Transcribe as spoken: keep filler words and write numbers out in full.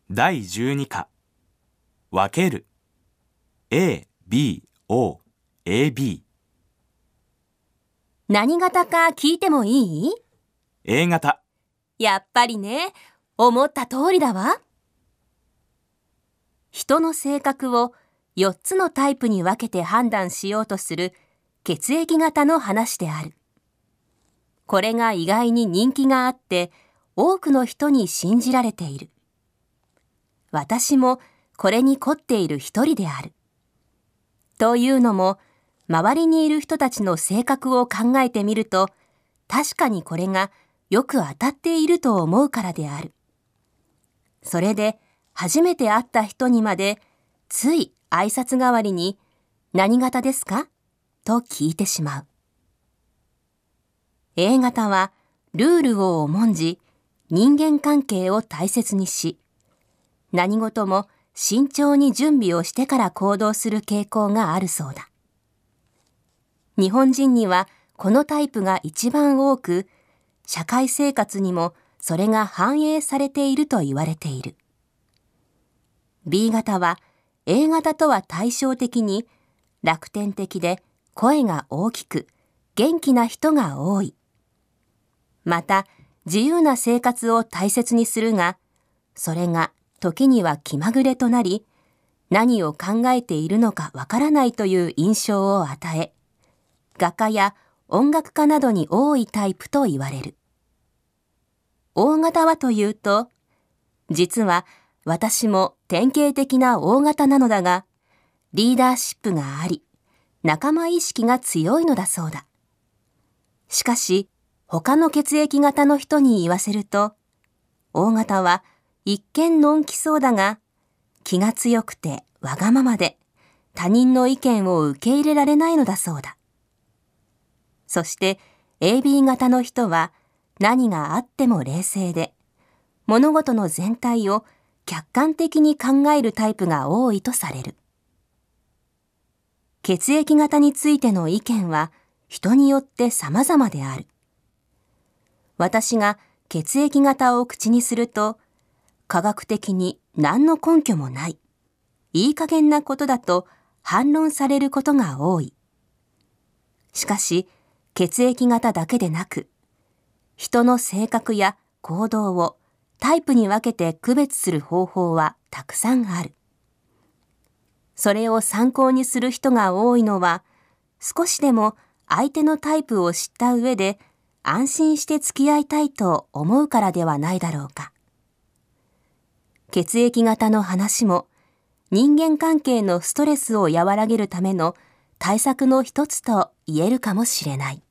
だいじゅうに課分ける A、B、O、エービー何型か聞いてもいい？ A 型。 やっぱりね、思った通りだわ。人の性格をよっつのタイプに分けて判断しようとする血液型の話である。これが意外に人気があって多くの人に信じられている。私もこれに凝っている一人である。というのも、周りにいる人たちの性格を考えてみると、確かにこれがよく当たっていると思うからである。それで初めて会った人にまでつい挨拶代わりに何型ですかと聞いてしまう。A 型はルールを重んじ、人間関係を大切にし、何事も慎重に準備をしてから行動する傾向があるそうだ。日本人にはこのタイプが一番多く、社会生活にもそれが反映されていると言われている。B 型は A 型とは対照的に楽天的で声が大きく元気な人が多い。また自由な生活を大切にするが、それが時には気まぐれとなり、何を考えているのかわからないという印象を与え、画家や音楽家などに多いタイプと言われる。O 型はというと、実は私も典型的な O 型なのだが、リーダーシップがあり、仲間意識が強いのだそうだ。しかし、他の血液型の人に言わせると、O 型は一見のんきそうだが、気が強くてわがままで、他人の意見を受け入れられないのだそうだ。そして エービー 型の人は何があっても冷静で、物事の全体を客観的に考えるタイプが多いとされる。血液型についての意見は人によって様々である。私が血液型を口にすると、科学的に何の根拠もない、いい加減なことだと反論されることが多い。しかし、血液型だけでなく、人の性格や行動をタイプに分けて区別する方法はたくさんある。それを参考にする人が多いのは、少しでも相手のタイプを知った上で安心して付き合いたいと思うからではないだろうか。血液型の話も人間関係のストレスを和らげるための対策の一つと言えるかもしれない。